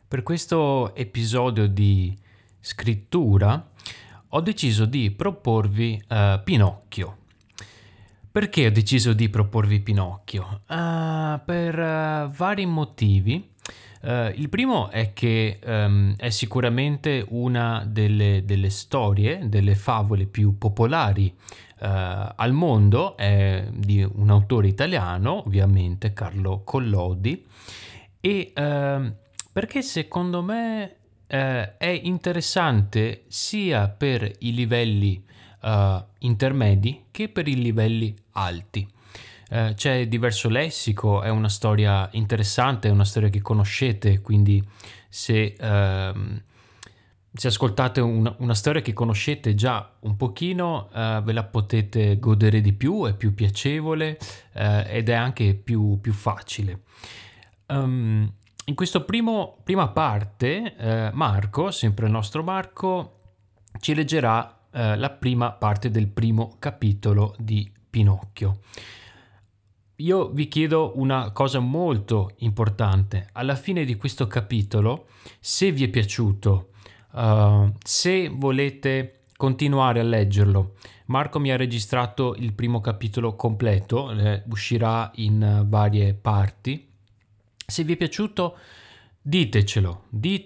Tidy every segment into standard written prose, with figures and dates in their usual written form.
Per questo episodio di scrittura ho deciso di proporvi Pinocchio. Perché ho deciso di proporvi Pinocchio? Per vari motivi. Il primo è che è sicuramente una delle storie, delle favole più popolari al mondo, è di un autore italiano, ovviamente, Carlo Collodi, e perché secondo me è interessante sia per i livelli intermedi che per i livelli alti. C'è diverso lessico, è una storia interessante, è una storia che conoscete, quindi se ascoltate una storia che conoscete già un pochino, ve la potete godere di più, è più piacevole ed è anche più facile. In questa prima parte, Marco, sempre il nostro Marco, ci leggerà la prima parte del primo capitolo di Pinocchio. Io vi chiedo una cosa molto importante. Alla fine di questo capitolo, se vi è piaciuto, se volete continuare a leggerlo, Marco mi ha registrato il primo capitolo completo, uscirà in varie parti. Se vi è piaciuto, ditecelo.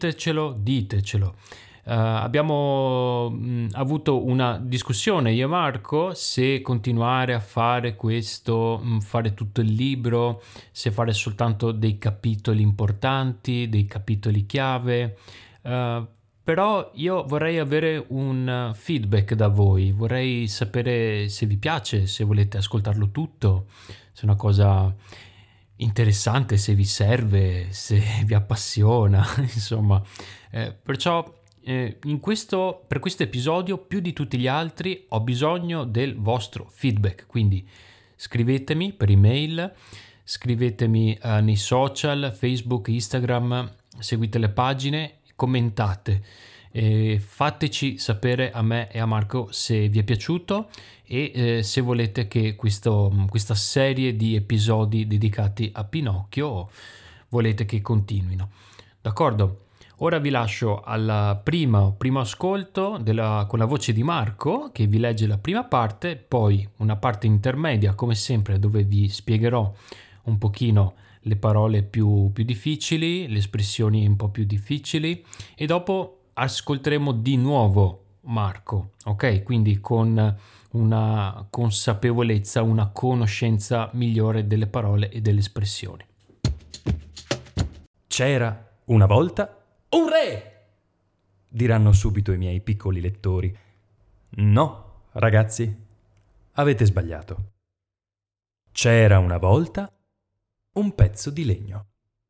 Abbiamo avuto una discussione io e Marco se continuare a fare questo, fare tutto il libro, se fare soltanto dei capitoli importanti, dei capitoli chiave. Però io vorrei avere un feedback da voi, vorrei sapere se vi piace, se volete ascoltarlo tutto, se è una cosa interessante, se vi serve, se vi appassiona, insomma. Perciò per questo episodio, più di tutti gli altri, ho bisogno del vostro feedback, quindi scrivetemi per email, scrivetemi nei social, Facebook, Instagram, seguite le pagine, commentate. Fateci sapere a me e a Marco se vi è piaciuto e se volete che questa serie di episodi dedicati a Pinocchio volete che continuino. D'accordo? Ora vi lascio al primo ascolto con la voce di Marco che vi legge la prima parte, poi una parte intermedia come sempre dove vi spiegherò un pochino le parole più difficili, le espressioni un po' più difficili e dopo ascolteremo di nuovo Marco, ok? Quindi con una consapevolezza, una conoscenza migliore delle parole e delle espressioni. C'era una volta un re! Diranno subito i miei piccoli lettori. No, ragazzi, avete sbagliato. C'era una volta un pezzo di legno.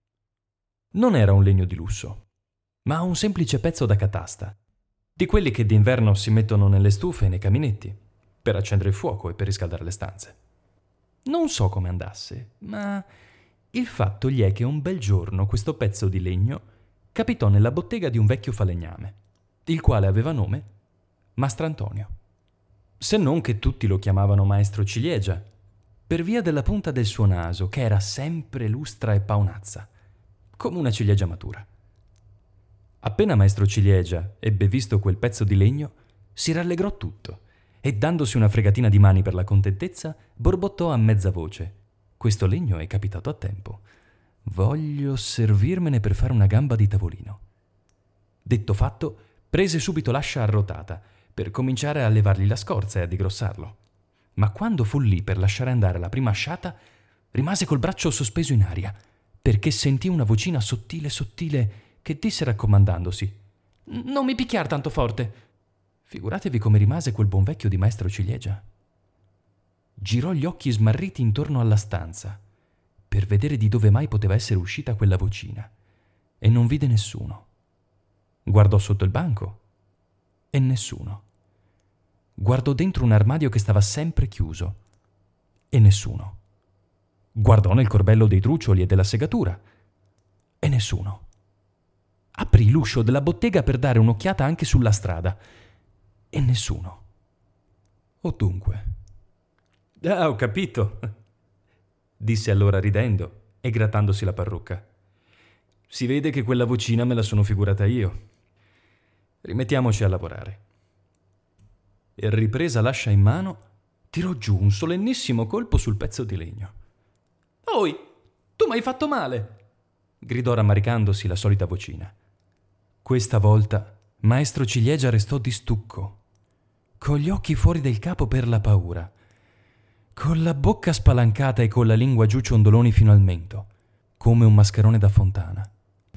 Non era un legno di lusso, ma un semplice pezzo da catasta, di quelli che d'inverno si mettono nelle stufe e nei caminetti, per accendere il fuoco e per riscaldare le stanze. Non so come andasse, ma il fatto gli è che un bel giorno questo pezzo di legno capitò nella bottega di un vecchio falegname, il quale aveva nome Mastrantonio. Se non che tutti lo chiamavano Maestro Ciliegia, per via della punta del suo naso, che era sempre lustra e paonazza, come una ciliegia matura. Appena Maestro Ciliegia ebbe visto quel pezzo di legno, si rallegrò tutto e, dandosi una fregatina di mani per la contentezza, borbottò a mezza voce: «Questo legno è capitato a tempo. Voglio servirmene per fare una gamba di tavolino». Detto fatto, prese subito l'ascia arrotata per cominciare a levargli la scorza e a digrossarlo. Ma quando fu lì per lasciare andare la prima asciata, rimase col braccio sospeso in aria, perché sentì una vocina sottile che disse raccomandandosi: «Non mi picchiar tanto forte». Figuratevi come rimase quel buon vecchio di Maestro Ciliegia. Girò gli occhi smarriti intorno alla stanza per vedere di dove mai poteva essere uscita quella vocina e non vide nessuno. Guardò sotto il banco e nessuno. Guardò dentro un armadio che stava sempre chiuso e nessuno. Guardò nel corbello dei trucioli e della segatura e nessuno. Aprì l'uscio della bottega per dare un'occhiata anche sulla strada e nessuno. O dunque. «Ah, ho capito», disse allora ridendo e grattandosi la parrucca. Si vede che quella vocina me la sono figurata io. Rimettiamoci a lavorare. E ripresa l'ascia in mano, tirò giù un solennissimo colpo sul pezzo di legno. «Oi, tu m'hai fatto male!» gridò rammaricandosi la solita vocina. Questa volta maestro Ciliegia restò di stucco, con gli occhi fuori del capo per la paura, con la bocca spalancata e con la lingua giù ciondoloni fino al mento, come un mascherone da fontana.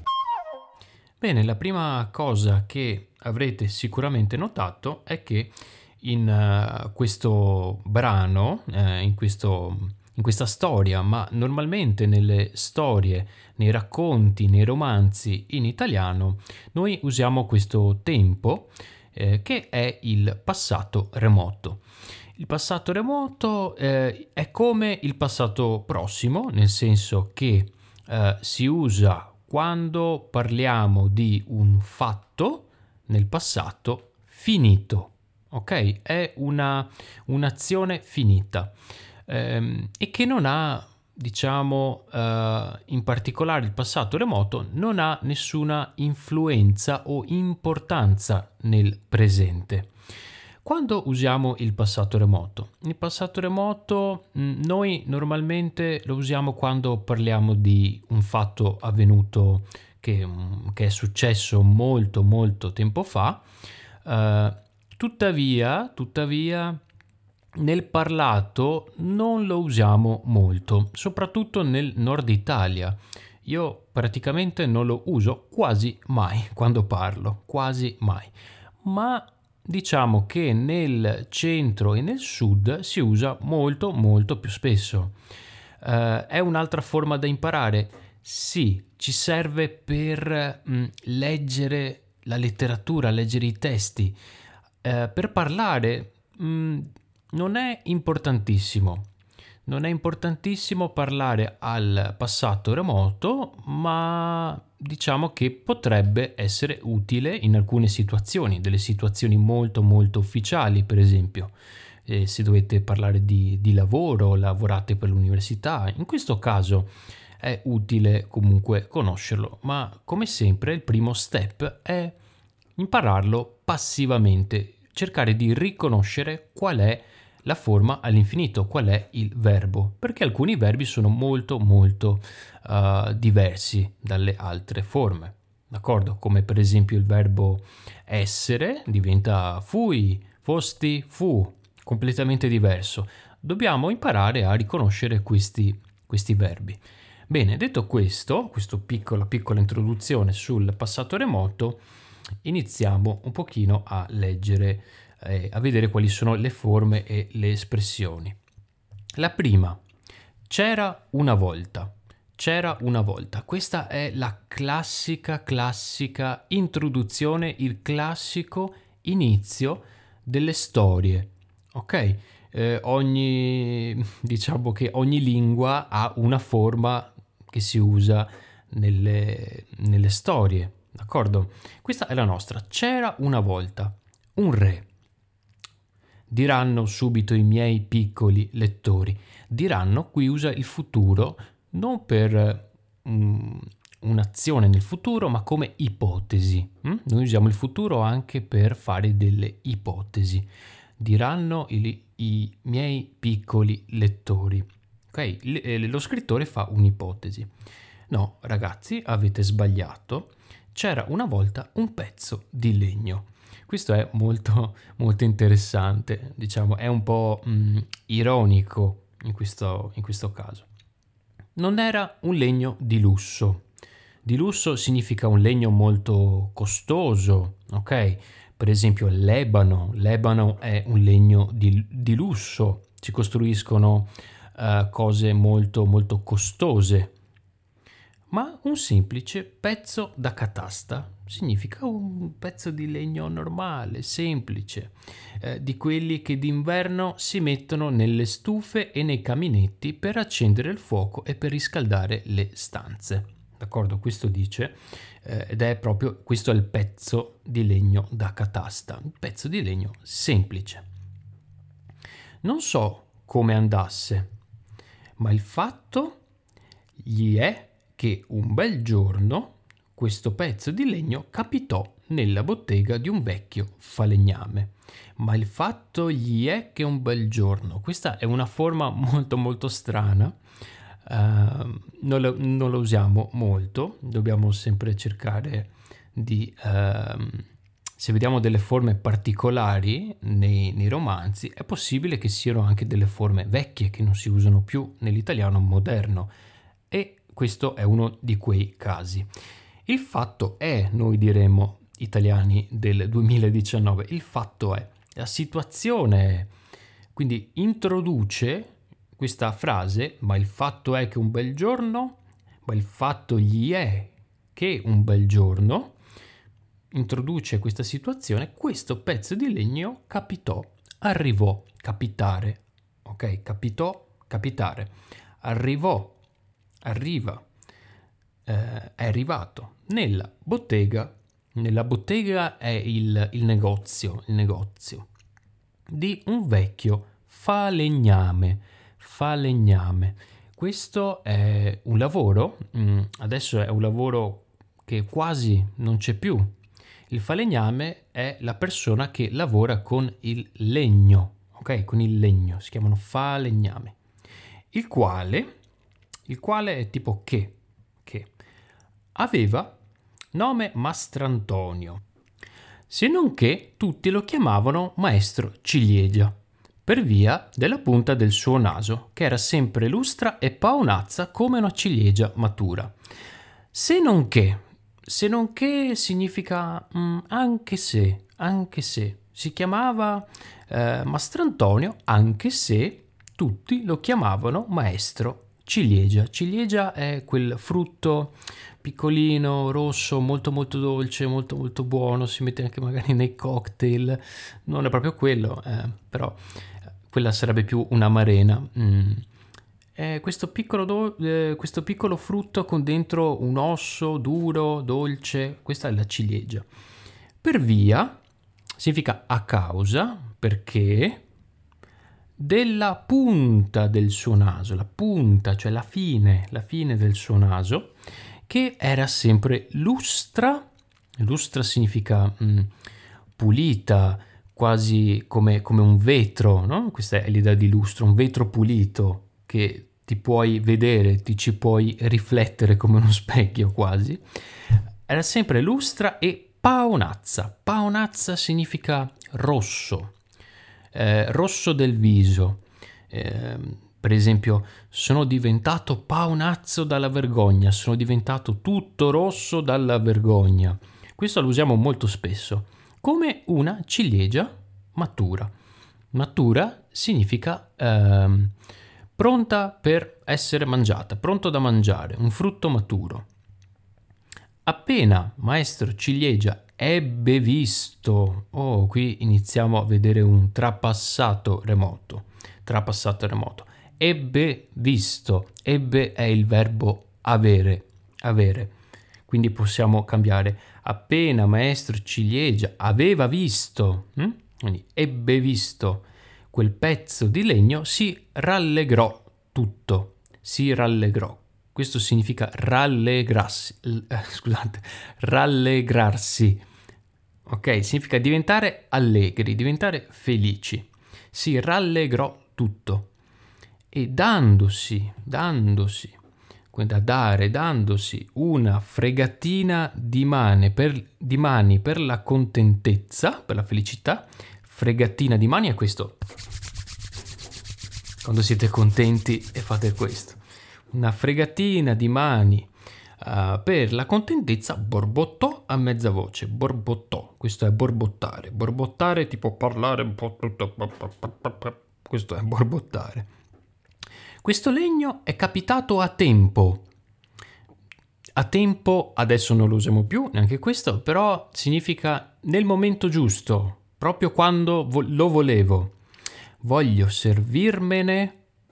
Bene, la prima cosa che avrete sicuramente notato è che in questo brano, in questa storia, ma normalmente nelle storie, nei racconti, nei romanzi in italiano, noi usiamo questo tempo che è il passato remoto. Il passato remoto è come il passato prossimo, nel senso che si usa quando parliamo di un fatto nel passato finito, ok? È un'azione finita e che non ha, diciamo, in particolare il passato remoto, non ha nessuna influenza o importanza nel presente. Quando usiamo il passato remoto? Il passato remoto noi normalmente lo usiamo quando parliamo di un fatto avvenuto che è successo molto molto tempo fa. Tuttavia, nel parlato non lo usiamo molto, soprattutto nel nord Italia. Io praticamente non lo uso quasi mai quando parlo, quasi mai. Ma diciamo che nel centro e nel sud si usa molto molto più spesso. È un'altra forma da imparare? Sì, ci serve per leggere la letteratura, leggere i testi. Per parlare non è importantissimo. Non è importantissimo parlare al passato remoto, ma diciamo che potrebbe essere utile in alcune situazioni, delle situazioni molto molto ufficiali, per esempio. Se dovete parlare di lavoro, lavorate per l'università, in questo caso è utile comunque conoscerlo, ma come sempre il primo step è impararlo passivamente, cercare di riconoscere qual è la forma all'infinito, qual è il verbo, perché alcuni verbi sono molto molto diversi dalle altre forme, d'accordo? Come per esempio il verbo essere diventa fui, fosti, fu, completamente diverso. Dobbiamo imparare a riconoscere questi verbi. Bene, detto questo, questa piccola introduzione sul passato remoto, iniziamo un pochino a leggere, a vedere quali sono le forme e le espressioni. La prima, c'era una volta. C'era una volta. Questa è la classica introduzione, il classico inizio delle storie. Ok? Diciamo che ogni lingua ha una forma che si usa nelle storie, d'accordo? Questa è la nostra. C'era una volta un re. Diranno subito i miei piccoli lettori. Diranno, qui usa il futuro non per un'azione nel futuro, ma come ipotesi. Noi usiamo il futuro anche per fare delle ipotesi. Diranno i miei piccoli lettori. Ok? Lo scrittore fa un'ipotesi. No, ragazzi, avete sbagliato. C'era una volta un pezzo di legno. Questo è molto, molto interessante, diciamo, è un po' ironico in questo caso. Non era un legno di lusso. Di lusso significa un legno molto costoso, ok? Per esempio l'ebano. L'ebano è un legno di lusso. Si costruiscono cose molto, molto costose. Ma un semplice pezzo da catasta significa un pezzo di legno normale, semplice, di quelli che d'inverno si mettono nelle stufe e nei caminetti per accendere il fuoco e per riscaldare le stanze. D'accordo? Questo dice, ed è proprio questo è il pezzo di legno da catasta, un pezzo di legno semplice. Non so come andasse, ma il fatto gli è che un bel giorno questo pezzo di legno capitò nella bottega di un vecchio falegname. Ma il fatto gli è che un bel giorno, questa è una forma molto molto strana, non la usiamo molto, dobbiamo sempre cercare di... se vediamo delle forme particolari nei romanzi, è possibile che siano anche delle forme vecchie che non si usano più nell'italiano moderno, e questo è uno di quei casi. Il fatto è, noi diremo italiani del 2019, il fatto è, la situazione è, quindi introduce questa frase, ma il fatto è che un bel giorno, ma il fatto gli è che un bel giorno, introduce questa situazione, questo pezzo di legno capitò, arrivò, capitare, ok? Capitò, capitare, arrivò, arriva, è arrivato nella bottega è il negozio di un vecchio falegname. Questo è un lavoro, adesso è un lavoro che quasi non c'è più. Il falegname è la persona che lavora con il legno, ok? Con il legno, si chiamano falegname. Il quale è tipo che aveva nome Mastrantonio, se non che tutti lo chiamavano Maestro Ciliegia, per via della punta del suo naso, che era sempre lustra e paonazza come una ciliegia matura. Se non che significa anche se, si chiamava Mastrantonio, anche se tutti lo chiamavano Maestro Ciliegia. Ciliegia è quel frutto piccolino, rosso, molto molto dolce, molto molto buono, si mette anche magari nei cocktail, non è proprio quello, però quella sarebbe più un'amarena. Questo piccolo frutto con dentro un osso duro, dolce, questa è la ciliegia. Per via significa a causa, perché della punta del suo naso, la punta, cioè la fine del suo naso, che era sempre lustra significa pulita, quasi come un vetro, no? Questa è l'idea di lustro, un vetro pulito che ti puoi vedere, ti ci puoi riflettere come uno specchio quasi. Era sempre lustra e paonazza. Paonazza significa rosso. Rosso del viso, per esempio, sono diventato paonazzo dalla vergogna, sono diventato tutto rosso dalla vergogna. Questo lo usiamo molto spesso, come una ciliegia matura. Matura significa pronta per essere mangiata, pronto da mangiare, un frutto maturo. Appena Maestro Ciliegia ebbe visto, qui iniziamo a vedere un trapassato remoto, ebbe visto, ebbe è il verbo avere, quindi possiamo cambiare, appena Maestro Ciliegia aveva visto, quindi ebbe visto quel pezzo di legno, si rallegrò tutto, si rallegrò. Questo significa rallegrarsi. Ok, significa diventare allegri, diventare felici. Si rallegrò tutto. E dandosi una fregatina di mani per la contentezza, per la felicità, fregatina di mani è questo. Quando siete contenti e fate questo. Una fregatina di mani per la contentezza, borbottò a mezza voce. Borbottò, questo è borbottare. Borbottare tipo parlare un po'. Questo è borbottare. Questo legno è capitato a tempo. A tempo, adesso non lo usiamo più, neanche questo, però significa nel momento giusto, proprio quando lo volevo. Voglio servirmi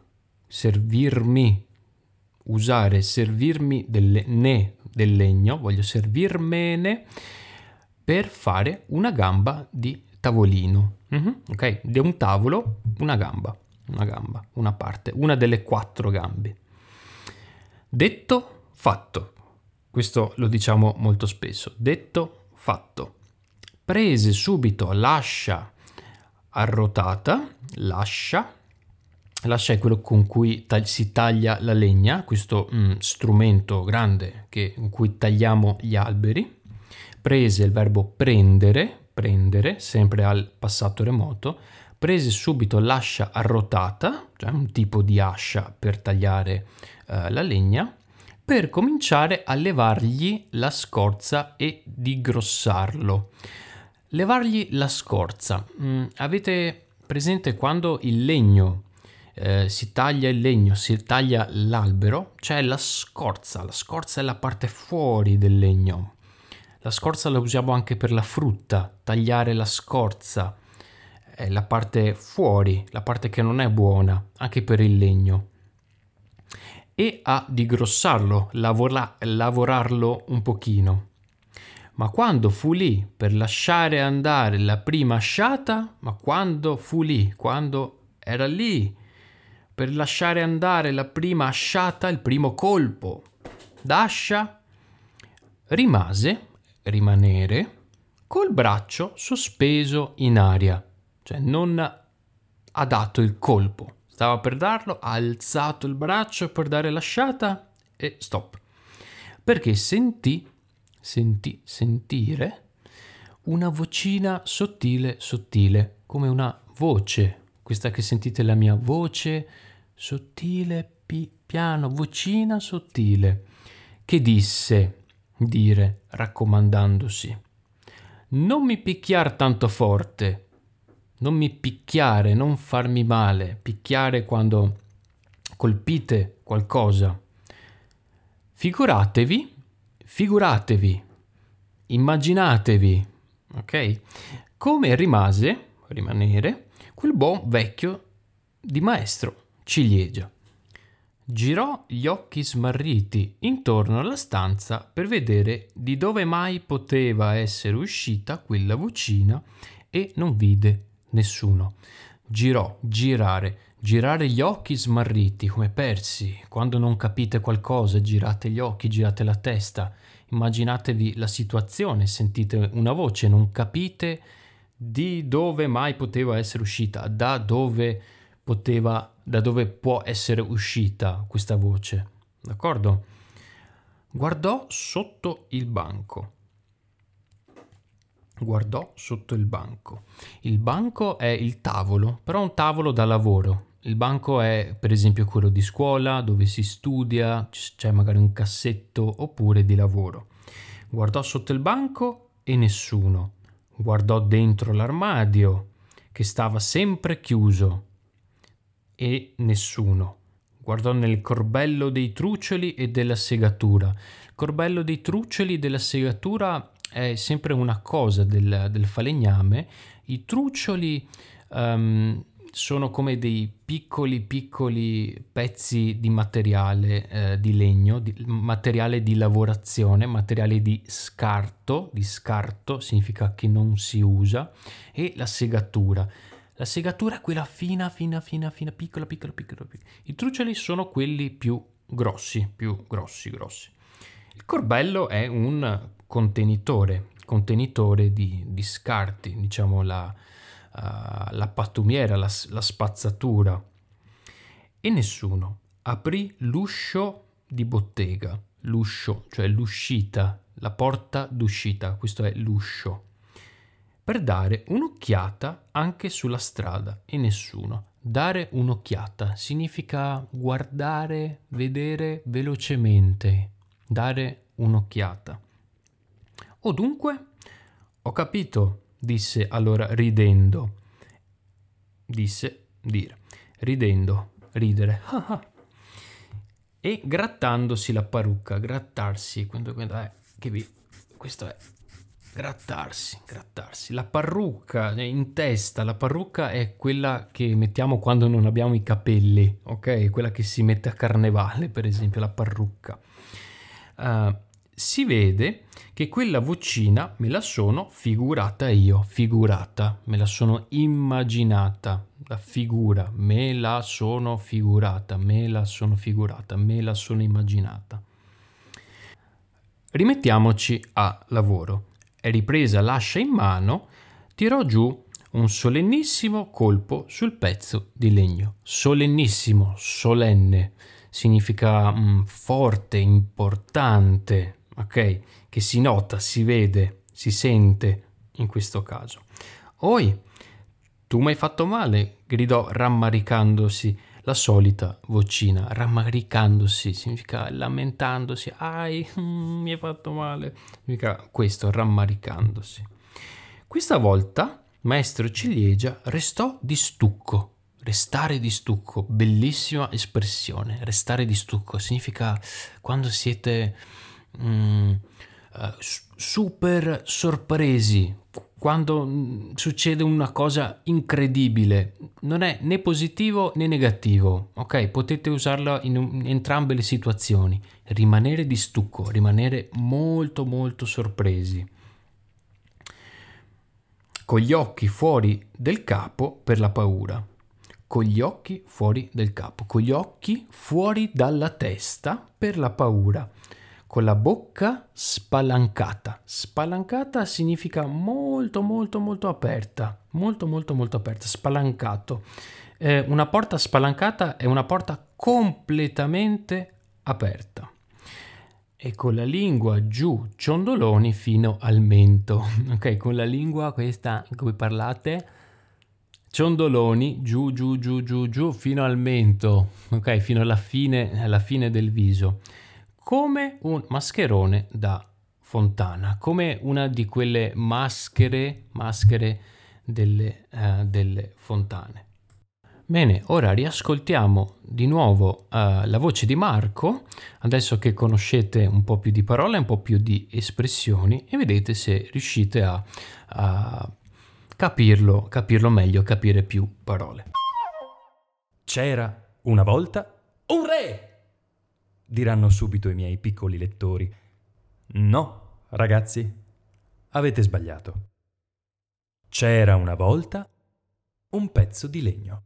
del legno, voglio servirmene per fare una gamba di tavolino. Ok, di un tavolo, una gamba, una parte, una delle 4 gambe. Detto, fatto. Questo lo diciamo molto spesso. Detto, fatto. Prese subito l'ascia arrotata, l'ascia è quello con cui si taglia la legna, questo strumento grande con cui tagliamo gli alberi. Prese il verbo prendere, sempre al passato remoto. Prese subito l'ascia arrotata, cioè un tipo di ascia per tagliare la legna, per cominciare a levargli la scorza e digrossarlo. Levargli la scorza. Avete presente quando il legno, si taglia il legno, si taglia l'albero, c'è la scorza è la parte fuori del legno. La scorza la usiamo anche per la frutta, tagliare la scorza è la parte fuori, la parte che non è buona, anche per il legno. E a digrossarlo, lavorarlo un pochino. Ma quando fu lì per lasciare andare la prima asciata, quando era lì per lasciare andare la prima asciata, il primo colpo d'ascia, rimanere, col braccio sospeso in aria, cioè non ha dato il colpo. Stava per darlo, ha alzato il braccio per dare l'asciata e stop. Perché sentire una vocina sottile, come una voce. Questa che sentite la mia voce sottile, piano, vocina sottile, che dire, raccomandandosi: non mi picchiar tanto forte. Non mi picchiare, non farmi male. Picchiare quando colpite qualcosa. Figuratevi, immaginatevi, ok? Come rimanere, quel buon vecchio di maestro ciliegia. Girò gli occhi smarriti intorno alla stanza per vedere di dove mai poteva essere uscita quella vocina e non vide nessuno. Girare gli occhi smarriti come persi. Quando non capite qualcosa, girate gli occhi, girate la testa. Immaginatevi la situazione, sentite una voce, non capite di dove mai poteva essere uscita, da dove può essere uscita questa voce. D'accordo? Guardò sotto il banco. Il banco è il tavolo, però un tavolo da lavoro. Il banco è per esempio quello di scuola, dove si studia, c'è magari un cassetto, oppure di lavoro. Guardò sotto il banco e nessuno. Guardò dentro l'armadio, che stava sempre chiuso, e nessuno. Guardò nel corbello dei trucioli e della segatura. Il corbello dei trucioli e della segatura è sempre una cosa del falegname. I trucioli sono come dei piccoli pezzi di materiale di legno, materiale di lavorazione, materiale di scarto significa che non si usa, e la segatura. La segatura è quella fina, piccola. I trucioli sono quelli più grossi. Il corbello è un contenitore di scarti, diciamo la pattumiera, la spazzatura. E nessuno aprì l'uscio di bottega, l'uscio, cioè l'uscita, la porta d'uscita, questo è l'uscio, per dare un'occhiata anche sulla strada, e nessuno. Dare un'occhiata significa guardare, vedere velocemente, dare un'occhiata. «Oh, dunque? Ho capito», disse allora ridendo. Ridere. E grattandosi la parrucca, questo è grattarsi. La parrucca in testa, la parrucca è quella che mettiamo quando non abbiamo i capelli, ok? Quella che si mette a carnevale, per esempio, la parrucca. Si vede che quella vocina me la sono figurata io, me la sono immaginata, la figura, me la sono figurata, me la sono immaginata. Rimettiamoci a lavoro. È ripresa l'ascia in mano, tirò giù un solennissimo colpo sul pezzo di legno. Solennissimo, solenne, significa forte, importante, ok? Che si nota, si vede, si sente in questo caso. Oi, tu mi hai fatto male, gridò rammaricandosi, la solita vocina. Rammaricandosi significa lamentandosi. Mi hai fatto male. Significa questo, rammaricandosi. Questa volta maestro Ciliegia restò di stucco. Restare di stucco, bellissima espressione. Restare di stucco significa quando siete super sorpresi, quando succede una cosa incredibile. Non è né positivo né negativo, ok? Potete usarla in entrambe le situazioni. Rimanere di stucco, rimanere molto molto sorpresi. Con gli occhi fuori del capo per la paura. Con gli occhi fuori del capo, con gli occhi fuori dalla testa per la paura. Con la bocca spalancata. Spalancata significa molto molto molto aperta, molto molto molto aperta, spalancato. Una porta spalancata è una porta completamente aperta. E con la lingua giù, ciondoloni fino al mento. Ok, con la lingua questa in cui parlate, ciondoloni giù giù giù giù giù fino al mento. Ok, fino alla fine del viso. Come un mascherone da fontana, come una di quelle maschere delle fontane. Bene, ora riascoltiamo di nuovo la voce di Marco, adesso che conoscete un po' più di parole, un po' più di espressioni, e vedete se riuscite a capirlo meglio, capire più parole. C'era una volta un re! Diranno subito i miei piccoli lettori. No, ragazzi, avete sbagliato. C'era una volta un pezzo di legno.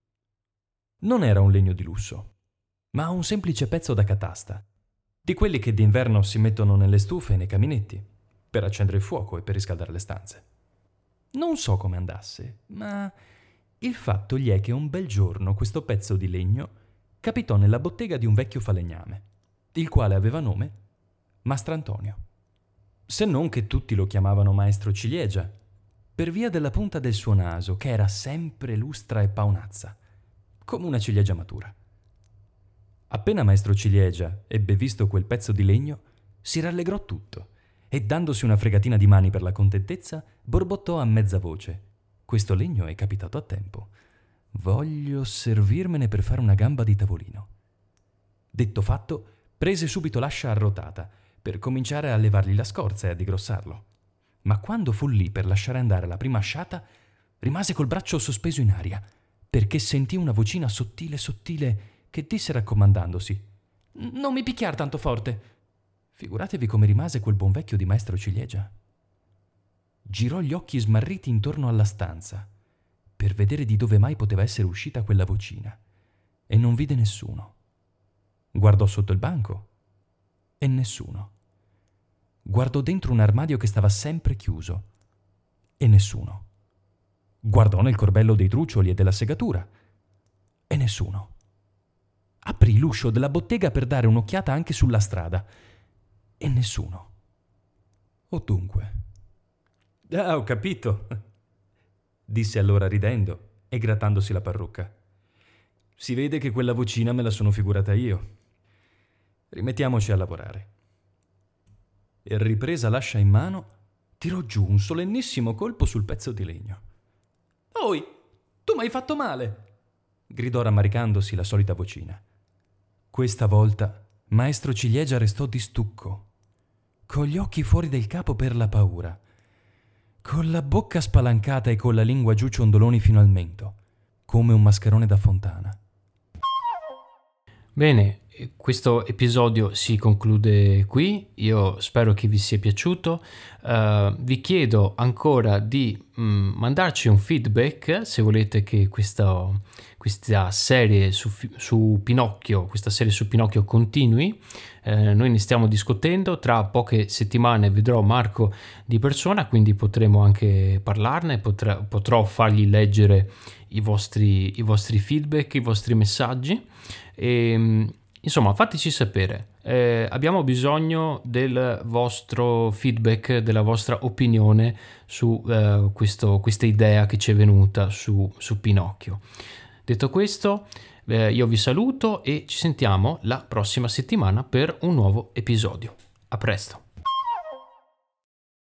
Non era un legno di lusso, ma un semplice pezzo da catasta, di quelli che d'inverno si mettono nelle stufe e nei caminetti, per accendere il fuoco e per riscaldare le stanze. Non so come andasse, ma il fatto gli è che un bel giorno questo pezzo di legno capitò nella bottega di un vecchio falegname, il quale aveva nome Mastrantonio. Se non che tutti lo chiamavano Maestro Ciliegia, per via della punta del suo naso, che era sempre lustra e paonazza, come una ciliegia matura. Appena Maestro Ciliegia ebbe visto quel pezzo di legno, si rallegrò tutto e, dandosi una fregatina di mani per la contentezza, borbottò a mezza voce: «Questo legno è capitato a tempo. Voglio servirmene per fare una gamba di tavolino». Detto fatto, prese subito l'ascia arrotata per cominciare a levargli la scorza e a digrossarlo. Ma quando fu lì per lasciare andare la prima asciata, rimase col braccio sospeso in aria, perché sentì una vocina sottile sottile che disse raccomandandosi: «Non mi picchiar tanto forte». Figuratevi come rimase quel buon vecchio di Maestro Ciliegia. Girò gli occhi smarriti intorno alla stanza per vedere di dove mai poteva essere uscita quella vocina, e non vide nessuno. Guardò sotto il banco e nessuno. Guardò dentro un armadio che stava sempre chiuso e nessuno. Guardò nel corbello dei trucioli e della segatura e nessuno. Aprì l'uscio della bottega per dare un'occhiata anche sulla strada e nessuno. O dunque. «Ah, ho capito», disse allora ridendo e grattandosi la parrucca. «Si vede che quella vocina me la sono figurata io. Rimettiamoci a lavorare». E ripresa l'ascia in mano, tirò giù un solennissimo colpo sul pezzo di legno. «Oi, tu m'hai fatto male!» gridò rammaricandosi la solita vocina. Questa volta Maestro Ciliegia restò di stucco, con gli occhi fuori del capo per la paura, con la bocca spalancata e con la lingua giù ciondoloni fino al mento, come un mascherone da fontana. Bene, questo episodio si conclude qui. Io spero che vi sia piaciuto. Vi chiedo ancora di mandarci un feedback se volete che questo questa serie su Pinocchio, questa serie su Pinocchio continui. Noi ne stiamo discutendo, tra poche settimane vedrò Marco di persona, quindi potremo anche parlarne, potrò fargli leggere i vostri feedback, i vostri messaggi e insomma fateci sapere. Abbiamo bisogno del vostro feedback, della vostra opinione su questa idea che ci è venuta su Pinocchio. Detto questo, io vi saluto e ci sentiamo la prossima settimana per un nuovo episodio. A presto!